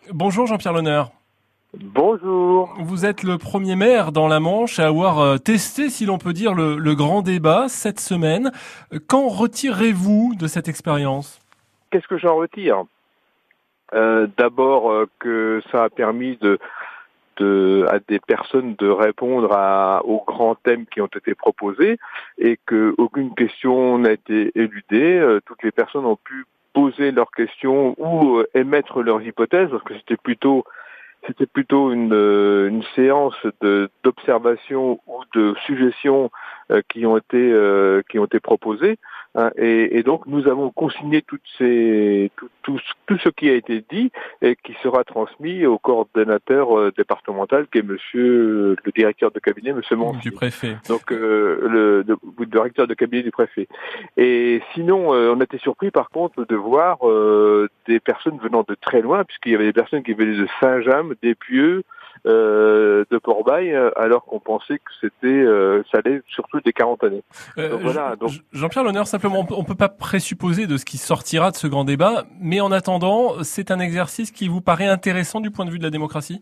Bonjour Jean-Pierre Lehonneur. Bonjour. Vous êtes le premier maire dans la Manche à avoir testé, si l'on peut dire, le grand débat cette semaine. Qu'en retirez-vous de cette expérience? Qu'est-ce que j'en retire? D'abord que ça a permis à des personnes de répondre aux grands thèmes qui ont été proposés et que aucune question n'a été éludée. Toutes les personnes ont pu poser leurs questions ou émettre leurs hypothèses parce que c'était plutôt une séance d'observation ou de suggestions qui ont été proposées, hein, et donc nous avons consigné tout ce qui a été dit et qui sera transmis au coordonnateur départemental qui est monsieur le directeur de cabinet, monsieur Mancy. Du préfet. Donc le directeur de cabinet du préfet. Et sinon, on a été surpris par contre de voir des personnes venant de très loin, puisqu'il y avait des personnes qui venaient de Saint-James, d'Épieux, de Port-Bail, alors qu'on pensait que ça allait surtout des quarantaines. Jean-Pierre Lehonneur, simplement, on peut pas présupposer de ce qui sortira de ce grand débat, mais en attendant, c'est un exercice qui vous paraît intéressant du point de vue de la démocratie?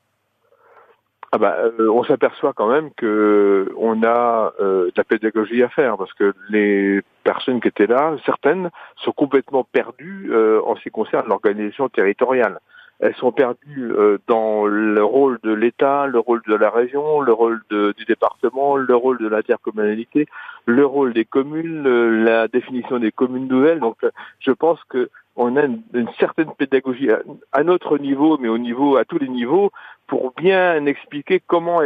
On s'aperçoit quand même que on a de la pédagogie à faire, parce que les personnes qui étaient là, certaines sont complètement perdues en ce qui concerne l'organisation territoriale. Elles sont perdues dans le rôle de l'État, le rôle de la région, le rôle du département, le rôle de l'intercommunalité, le rôle des communes, la définition des communes nouvelles. Donc, je pense que on a une certaine pédagogie à notre niveau, mais à tous les niveaux, pour bien expliquer comment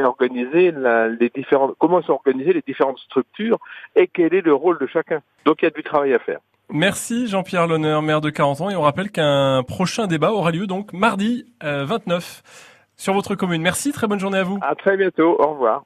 sont organisées les différentes structures et quel est le rôle de chacun. Donc, il y a du travail à faire. Merci Jean-Pierre Lehonneur, maire de Carentan, et on rappelle qu'un prochain débat aura lieu donc mardi 29 sur votre commune. Merci, très bonne journée à vous. À très bientôt, au revoir.